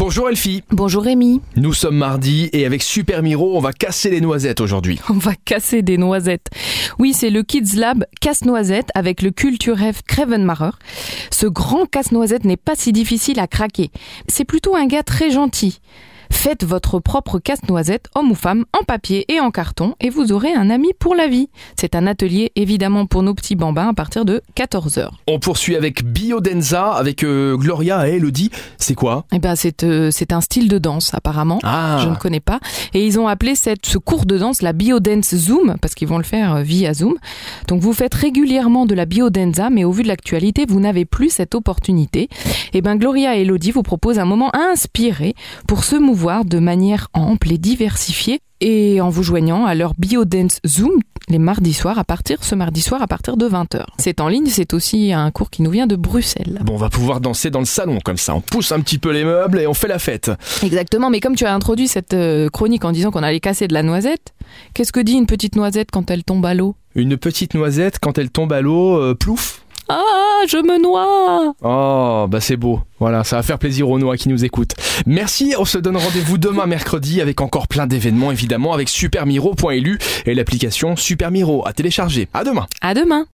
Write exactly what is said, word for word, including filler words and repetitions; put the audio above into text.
Bonjour Elfie. Bonjour Rémi. Nous sommes mardi et avec Super Miro, on va casser les noisettes aujourd'hui. On va casser des noisettes. Oui, c'est le Kids Lab casse-noisette avec le Kulturheft Krevenmacher. Ce grand casse-noisette n'est pas si difficile à craquer. C'est plutôt un gars très gentil. Faites votre propre casse-noisette, homme ou femme, en papier et en carton et vous aurez un ami pour la vie. C'est un atelier évidemment pour nos petits bambins à partir de quatorze heures. On poursuit avec Biodanza, avec euh, Gloria et Elodie. C'est quoi ? Eh ben, c'est, euh, c'est un style de danse apparemment. Ah. Je ne connais pas. Et ils ont appelé cette, ce cours de danse la Biodance Zoom parce qu'ils vont le faire via Zoom. Donc vous faites régulièrement de la Biodanza, mais au vu de l'actualité, vous n'avez plus cette opportunité. Eh ben, Gloria et Elodie vous proposent un moment inspiré pour se mouvoir de manière ample et diversifiée et en vous joignant à leur Biodance Zoom les mardis soirs à partir, ce mardi soir à partir de vingt heures. C'est en ligne, c'est aussi un cours qui nous vient de Bruxelles. Bon, on va pouvoir danser dans le salon comme ça, on pousse un petit peu les meubles et on fait la fête. Exactement, mais comme tu as introduit cette euh, chronique en disant qu'on allait casser de la noisette, qu'est-ce que dit une petite noisette quand elle tombe à l'eau ? Une petite noisette, quand elle tombe à l'eau, euh, plouf. Ah, je me noie ! Oh, bah c'est beau. Voilà, ça va faire plaisir aux noix qui nous écoutent. Merci, on se donne rendez-vous demain mercredi avec encore plein d'événements évidemment avec supermiro point e l u et l'application Super Miro à télécharger. À demain. À demain.